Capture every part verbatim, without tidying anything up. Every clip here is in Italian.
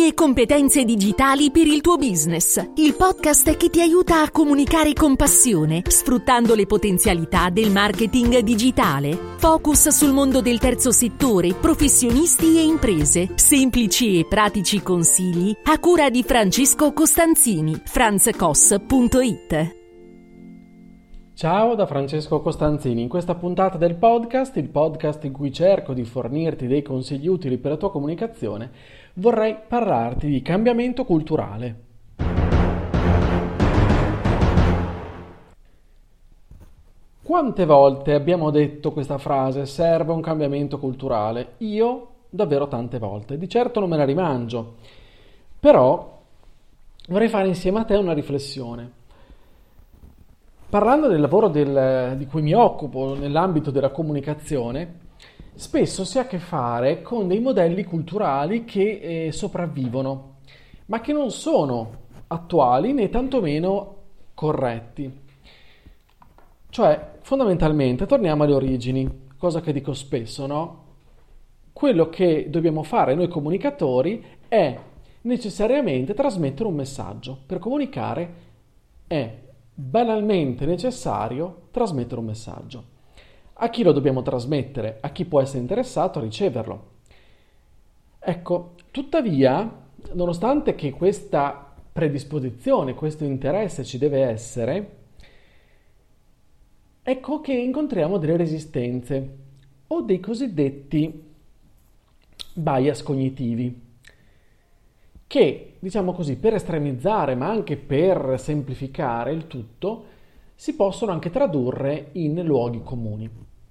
e competenze digitali per il tuo business. Il podcast che ti aiuta a comunicare con passione, sfruttando le potenzialità del marketing digitale. Focus sul mondo del terzo settore, professionisti e imprese. Semplici e pratici consigli a cura di Francesco Costanzini. franz cos punto it. Ciao da Francesco Costanzini. In questa puntata del podcast, il podcast in cui cerco di fornirti dei consigli utili per la tua comunicazione, vorrei parlarti di cambiamento culturale. Quante volte abbiamo detto questa frase, serve un cambiamento culturale? Io davvero tante volte, di certo non me la rimangio, però vorrei fare insieme a te una riflessione. Parlando del lavoro del, di cui mi occupo nell'ambito della comunicazione, spesso si ha a che fare con dei modelli culturali che eh, sopravvivono, ma che non sono attuali né tantomeno corretti. Cioè, fondamentalmente, torniamo alle origini, cosa che dico spesso, no? Quello che dobbiamo fare noi comunicatori è necessariamente trasmettere un messaggio. Per comunicare è banalmente necessario trasmettere un messaggio. A chi lo dobbiamo trasmettere? A chi può essere interessato a riceverlo. Ecco, tuttavia, nonostante che questa predisposizione, questo interesse ci deve essere, ecco che incontriamo delle resistenze o dei cosiddetti bias cognitivi che, diciamo così, per estremizzare ma anche per semplificare il tutto, si possono anche tradurre in luoghi comuni.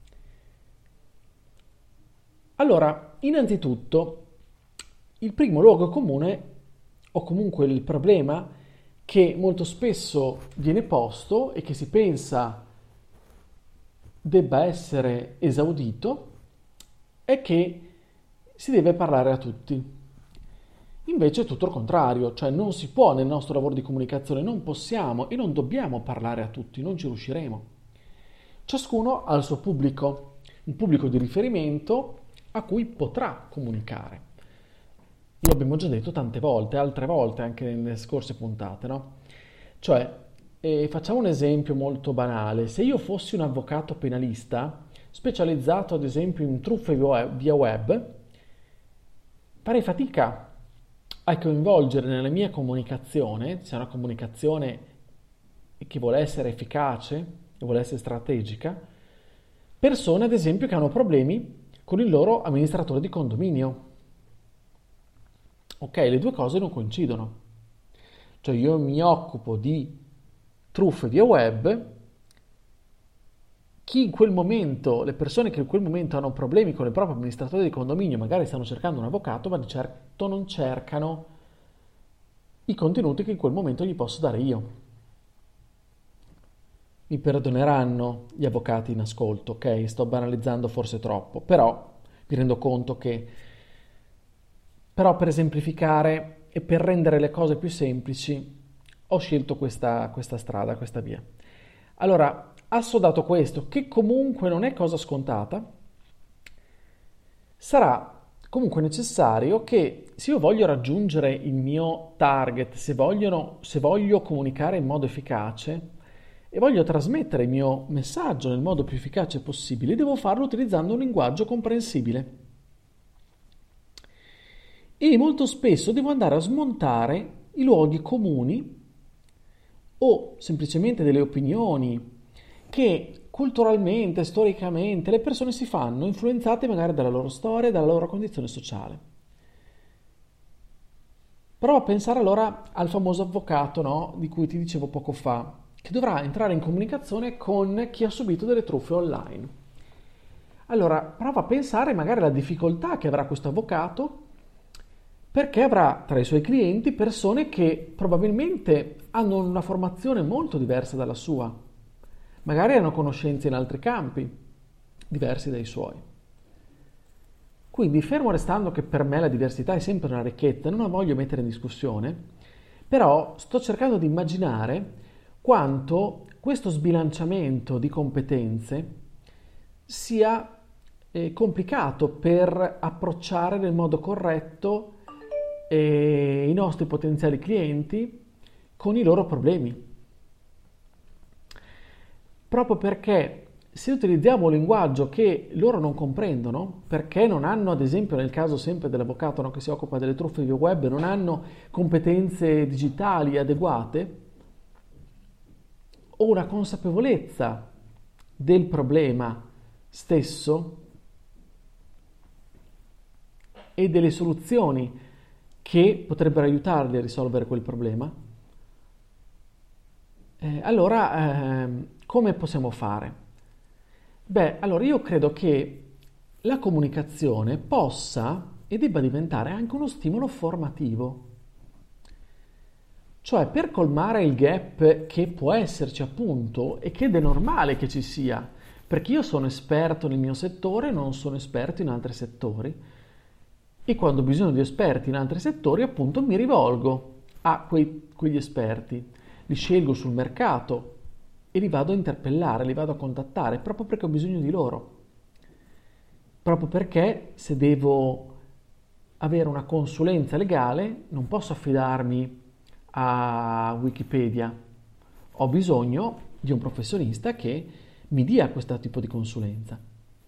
Allora, innanzitutto, il primo luogo comune, o comunque il problema che molto spesso viene posto e che si pensa debba essere esaudito, è che si deve parlare a tutti. Invece è tutto il contrario, cioè non si può nel nostro lavoro di comunicazione, non possiamo e non dobbiamo parlare a tutti, non ci riusciremo. Ciascuno ha il suo pubblico, un pubblico di riferimento a cui potrà comunicare. Lo abbiamo già detto tante volte, altre volte anche nelle scorse puntate, no? Cioè, eh, facciamo un esempio molto banale. Se io fossi un avvocato penalista, specializzato ad esempio in truffe via web, farei fatica a coinvolgere nella mia comunicazione, se è una comunicazione che vuole essere efficace e vuole essere strategica, persone ad esempio che hanno problemi con il loro amministratore di condominio. Ok, le due cose non coincidono. Cioè io mi occupo di truffe via web, chi in quel momento, le persone che in quel momento hanno problemi con il proprio amministratore di condominio, magari stanno cercando un avvocato, ma di certo non cercano i contenuti che in quel momento gli posso dare io. Mi perdoneranno gli avvocati in ascolto, ok? Sto banalizzando forse troppo, però mi rendo conto che, però per esemplificare e per rendere le cose più semplici, ho scelto questa, questa strada, questa via. Allora, assodato questo, che comunque non è cosa scontata, sarà comunque necessario che se io voglio raggiungere il mio target, se, vogliono, se voglio comunicare in modo efficace e voglio trasmettere il mio messaggio nel modo più efficace possibile, devo farlo utilizzando un linguaggio comprensibile. E molto spesso devo andare a smontare i luoghi comuni o semplicemente delle opinioni che culturalmente, storicamente, le persone si fanno influenzate magari dalla loro storia e dalla loro condizione sociale. Prova a pensare allora al famoso avvocato, no, di cui ti dicevo poco fa, che dovrà entrare in comunicazione con chi ha subito delle truffe online. Allora, prova a pensare magari alla difficoltà che avrà questo avvocato, perché avrà tra i suoi clienti persone che probabilmente hanno una formazione molto diversa dalla sua. Magari hanno conoscenze in altri campi, diversi dai suoi. Quindi, fermo restando che per me la diversità è sempre una ricchezza, non la voglio mettere in discussione, però sto cercando di immaginare quanto questo sbilanciamento di competenze sia eh, complicato per approcciare nel modo corretto e i nostri potenziali clienti con i loro problemi. Proprio perché se utilizziamo un linguaggio che loro non comprendono, perché non hanno, ad esempio nel caso sempre dell'avvocato, no, che si occupa delle truffe via web, non hanno competenze digitali adeguate o una consapevolezza del problema stesso e delle soluzioni che potrebbero aiutarli a risolvere quel problema, eh, allora eh, come possiamo fare? Beh, allora io credo che la comunicazione possa e debba diventare anche uno stimolo formativo. Cioè, per colmare il gap che può esserci appunto e che è normale che ci sia, perché io sono esperto nel mio settore, non sono esperto in altri settori, e quando ho bisogno di esperti in altri settori, appunto, mi rivolgo a quei, quegli esperti, li scelgo sul mercato e li vado a interpellare, li vado a contattare, proprio perché ho bisogno di loro. Proprio perché se devo avere una consulenza legale, non posso affidarmi a Wikipedia. Ho bisogno di un professionista che mi dia questo tipo di consulenza.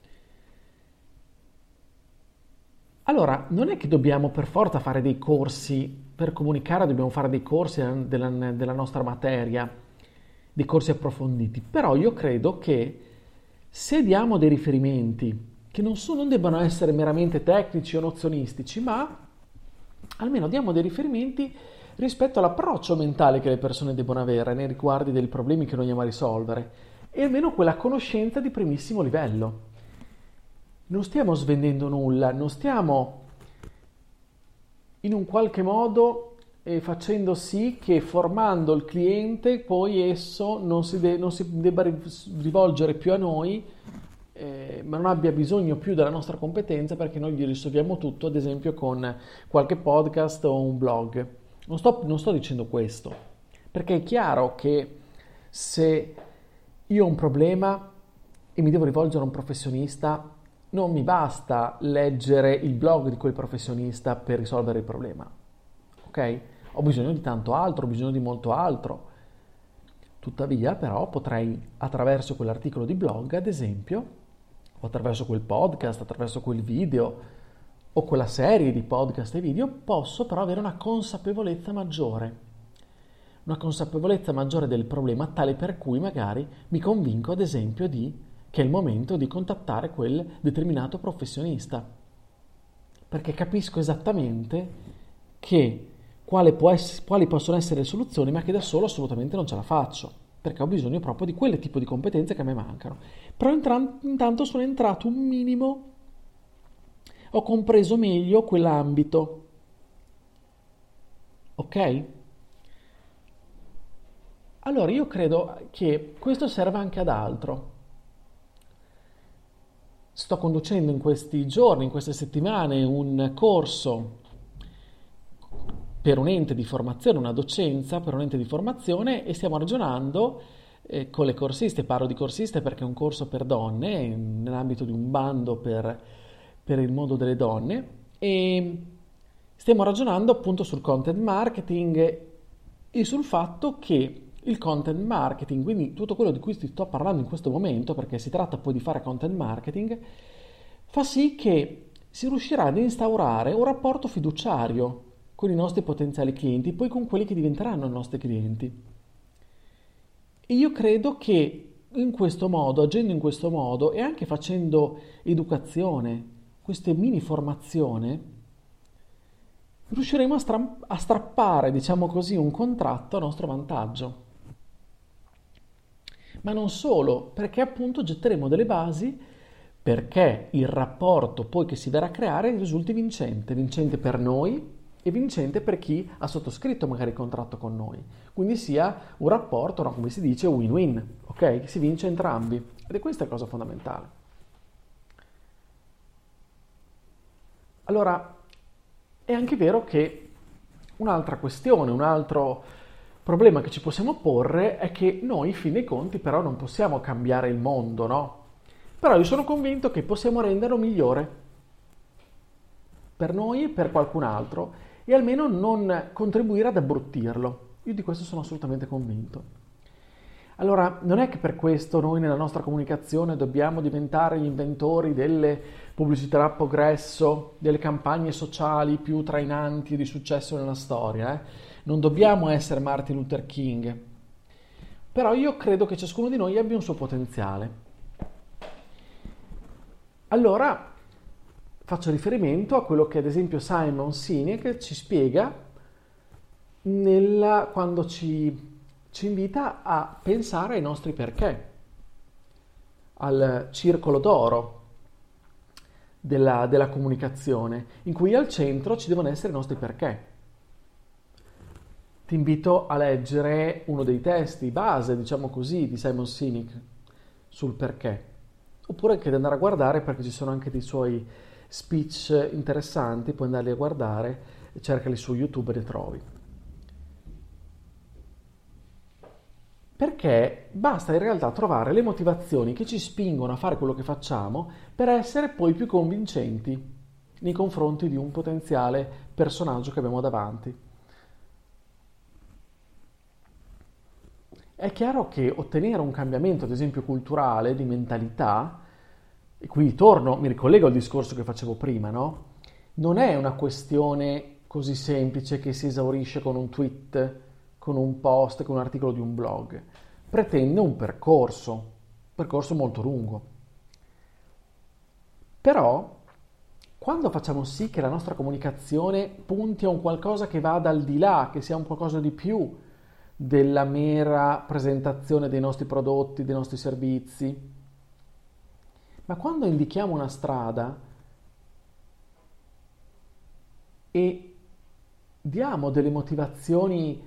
Allora, non è che dobbiamo per forza fare dei corsi per comunicare, dobbiamo fare dei corsi della, della nostra materia, dei corsi approfonditi, però io credo che se diamo dei riferimenti che non, sono, non debbano essere meramente tecnici o nozionistici, ma almeno diamo dei riferimenti rispetto all'approccio mentale che le persone debbono avere nei riguardi dei problemi che noi andiamo a risolvere e almeno quella conoscenza di primissimo livello. Non stiamo svendendo nulla, non stiamo in un qualche modo eh, facendo sì che formando il cliente poi esso non si, de- non si debba rivolgere più a noi, eh, ma non abbia bisogno più della nostra competenza perché noi gli risolviamo tutto, ad esempio con qualche podcast o un blog. Non sto, non sto dicendo questo, perché è chiaro che se io ho un problema e mi devo rivolgere a un professionista, non mi basta leggere il blog di quel professionista per risolvere il problema, ok? Ho bisogno di tanto altro, ho bisogno di molto altro. Tuttavia, però, potrei, attraverso quell'articolo di blog, ad esempio, o attraverso quel podcast, attraverso quel video, o quella serie di podcast e video, posso però avere una consapevolezza maggiore. Una consapevolezza maggiore del problema, tale per cui magari mi convinco, ad esempio, di che è il momento di contattare quel determinato professionista, perché capisco esattamente che quale può essere, quali possono essere le soluzioni, ma che da solo assolutamente non ce la faccio, perché ho bisogno proprio di quel tipo di competenze che a me mancano. Però intanto sono entrato un minimo, ho compreso meglio quell'ambito, ok? Allora io credo che questo serva anche ad altro. Sto conducendo in questi giorni, in queste settimane, un corso per un ente di formazione, una docenza per un ente di formazione e stiamo ragionando eh, con le corsiste, parlo di corsiste perché è un corso per donne, nell'ambito di un bando per, per il mondo delle donne e stiamo ragionando appunto sul content marketing e sul fatto che il content marketing, quindi tutto quello di cui ti sto parlando in questo momento, perché si tratta poi di fare content marketing, fa sì che si riuscirà ad instaurare un rapporto fiduciario con i nostri potenziali clienti, poi con quelli che diventeranno i nostri clienti. E io credo che in questo modo, agendo in questo modo e anche facendo educazione, queste mini formazione, riusciremo a, stra- a strappare, diciamo così, un contratto a nostro vantaggio. Ma non solo, perché appunto getteremo delle basi perché il rapporto poi che si verrà a creare risulti vincente, vincente per noi e vincente per chi ha sottoscritto magari il contratto con noi. Quindi sia un rapporto, no, come si dice, win-win, ok? Che si vince entrambi. Ed è questa la cosa fondamentale. Allora, è anche vero che un'altra questione, un altro problema che ci possiamo porre è che noi, in fin dei conti, però non possiamo cambiare il mondo, no? Però io sono convinto che possiamo renderlo migliore per noi e per qualcun altro e almeno non contribuire ad abbruttirlo. Io di questo sono assolutamente convinto. Allora, non è che per questo noi nella nostra comunicazione dobbiamo diventare gli inventori delle pubblicità a progresso, delle campagne sociali più trainanti e di successo nella storia. Eh? Non dobbiamo essere Martin Luther King. Però io credo che ciascuno di noi abbia un suo potenziale. Allora, faccio riferimento a quello che ad esempio Simon Sinek ci spiega nella, quando ci... ci invita a pensare ai nostri perché, al circolo d'oro della, della comunicazione, in cui al centro ci devono essere i nostri perché. Ti invito a leggere uno dei testi base, diciamo così, di Simon Sinek sul perché, oppure anche di andare a guardare, perché ci sono anche dei suoi speech interessanti, puoi andarli a guardare, cercali su YouTube e li trovi. Perché basta in realtà trovare le motivazioni che ci spingono a fare quello che facciamo per essere poi più convincenti nei confronti di un potenziale personaggio che abbiamo davanti. È chiaro che ottenere un cambiamento, ad esempio culturale, di mentalità, e qui torno, mi ricollego al discorso che facevo prima, no? Non è una questione così semplice che si esaurisce con un tweet, con un post, con un articolo di un blog. Pretende un percorso, un percorso molto lungo. Però, quando facciamo sì che la nostra comunicazione punti a un qualcosa che vada al di là, che sia un qualcosa di più della mera presentazione dei nostri prodotti, dei nostri servizi, ma quando indichiamo una strada e diamo delle motivazioni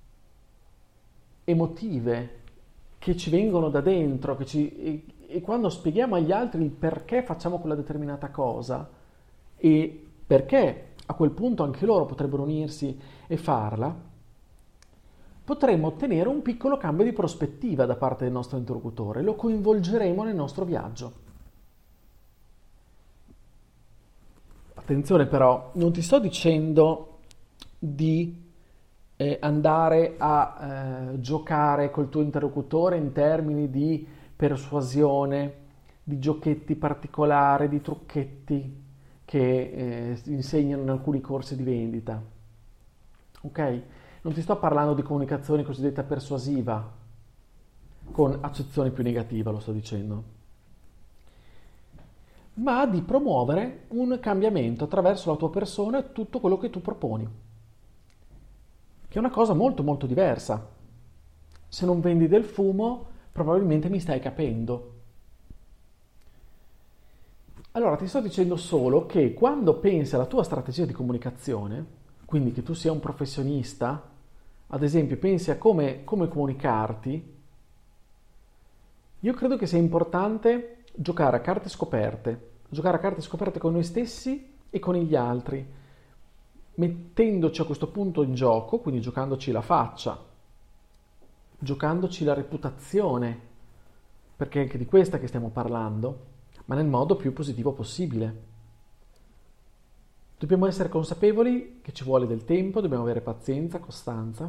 emotive che ci vengono da dentro, che ci, e, e quando spieghiamo agli altri il perché facciamo quella determinata cosa e perché a quel punto anche loro potrebbero unirsi e farla, potremmo ottenere un piccolo cambio di prospettiva da parte del nostro interlocutore, lo coinvolgeremo nel nostro viaggio. Attenzione però, non ti sto dicendo di Eh, andare a eh, giocare col tuo interlocutore in termini di persuasione, di giochetti particolari, di trucchetti che eh, insegnano in alcuni corsi di vendita. Ok? Non ti sto parlando di comunicazione cosiddetta persuasiva, con accezione più negativa, lo sto dicendo, ma di promuovere un cambiamento attraverso la tua persona e tutto quello che tu proponi. Che è una cosa molto molto diversa. Se non vendi del fumo, probabilmente mi stai capendo. Allora ti sto dicendo solo che quando pensi alla tua strategia di comunicazione, quindi che tu sia un professionista, ad esempio pensi a come, come comunicarti, io credo che sia importante giocare a carte scoperte, giocare a carte scoperte con noi stessi e con gli altri, mettendoci a questo punto in gioco, quindi giocandoci la faccia, giocandoci la reputazione, perché è anche di questa che stiamo parlando, ma nel modo più positivo possibile. Dobbiamo essere consapevoli che ci vuole del tempo, dobbiamo avere pazienza, costanza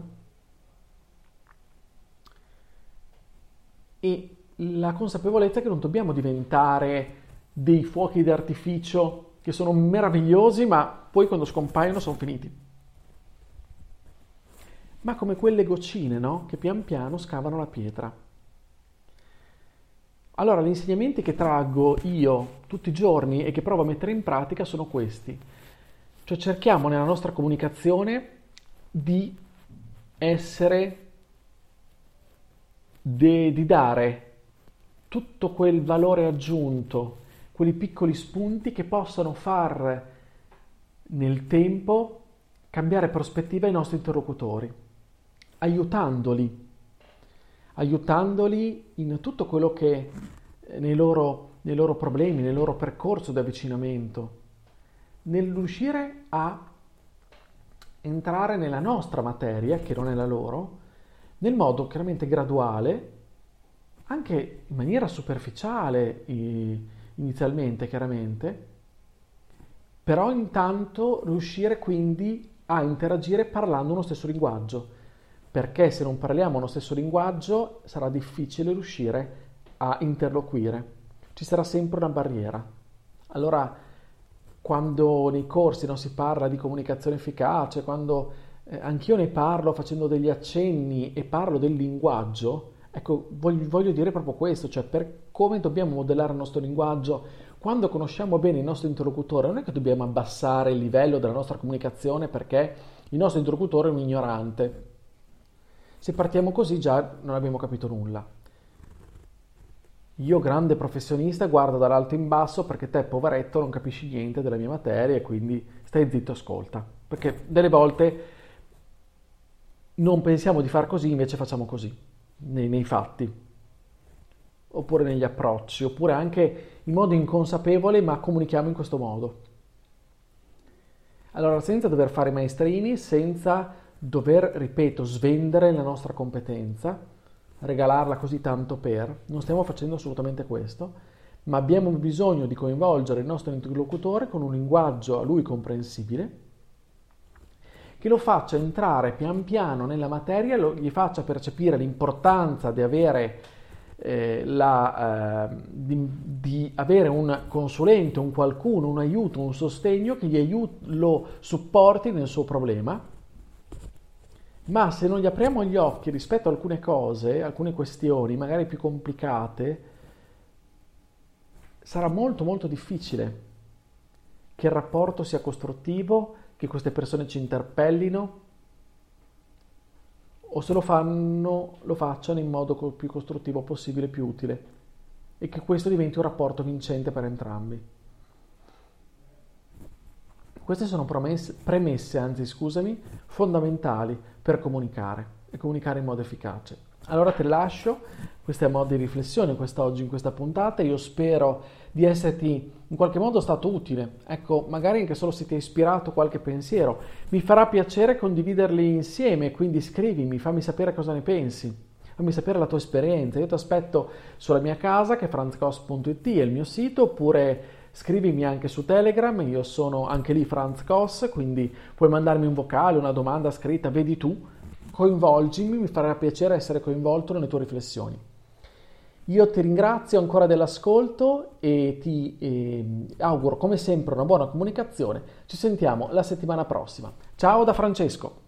e la consapevolezza che non dobbiamo diventare dei fuochi d'artificio che sono meravigliosi, ma poi quando scompaiono sono finiti. Ma come quelle goccine, no? Che pian piano scavano la pietra. Allora, gli insegnamenti che traggo io tutti i giorni e che provo a mettere in pratica sono questi. Cioè cerchiamo nella nostra comunicazione di essere, de, di dare tutto quel valore aggiunto, quei piccoli spunti che possano far nel tempo cambiare prospettiva ai nostri interlocutori, aiutandoli, aiutandoli in tutto quello che nei loro, nei loro problemi, nel loro percorso di avvicinamento, nel riuscire a entrare nella nostra materia, che non è la loro, nel modo chiaramente graduale, anche in maniera superficiale inizialmente chiaramente, però intanto riuscire quindi a interagire parlando uno stesso linguaggio, perché se non parliamo lo stesso linguaggio sarà difficile riuscire a interloquire, ci sarà sempre una barriera. Allora, quando nei corsi non si parla di comunicazione efficace, quando eh, anch'io ne parlo facendo degli accenni e parlo del linguaggio, ecco, voglio, voglio dire proprio questo, cioè per come dobbiamo modellare il nostro linguaggio. Quando conosciamo bene il nostro interlocutore, non è che dobbiamo abbassare il livello della nostra comunicazione perché il nostro interlocutore è un ignorante. Se partiamo così già non abbiamo capito nulla. Io, grande professionista, guardo dall'alto in basso perché te, poveretto, non capisci niente della mia materia e quindi stai zitto, ascolta. Perché delle volte non pensiamo di far così, invece facciamo così, nei, nei fatti, oppure negli approcci, oppure anche in modo inconsapevole, ma comunichiamo in questo modo. Allora, senza dover fare maestrini, senza dover, ripeto, svendere la nostra competenza, regalarla così tanto per, non stiamo facendo assolutamente questo, ma abbiamo bisogno di coinvolgere il nostro interlocutore con un linguaggio a lui comprensibile, che lo faccia entrare pian piano nella materia, lo, gli faccia percepire l'importanza di avere Eh, la, eh, di, di avere un consulente, un qualcuno, un aiuto, un sostegno che gli aiuti, lo supporti nel suo problema. Ma se non gli apriamo gli occhi rispetto a alcune cose, alcune questioni magari più complicate, sarà molto molto difficile che il rapporto sia costruttivo, che queste persone ci interpellino, o se lo fanno, lo facciano in modo più costruttivo possibile, più utile, e che questo diventi un rapporto vincente per entrambi. Queste sono promesse, premesse, anzi scusami, fondamentali per comunicare e comunicare in modo efficace. Allora te lascio, questo è a modo di riflessione quest'oggi in questa puntata. Io spero di esserti in qualche modo stato utile, ecco, magari anche solo se ti ha ispirato qualche pensiero. Mi farà piacere condividerli insieme, quindi scrivimi, fammi sapere cosa ne pensi, fammi sapere la tua esperienza. Io ti aspetto sulla mia casa, che è franz cos punto it, è il mio sito, oppure scrivimi anche su Telegram, io sono anche lì Franz Cos, quindi puoi mandarmi un vocale, una domanda scritta, vedi tu, coinvolgimi, mi farà piacere essere coinvolto nelle tue riflessioni. Io ti ringrazio ancora dell'ascolto e ti eh, auguro come sempre una buona comunicazione. Ci sentiamo la settimana prossima. Ciao da Francesco!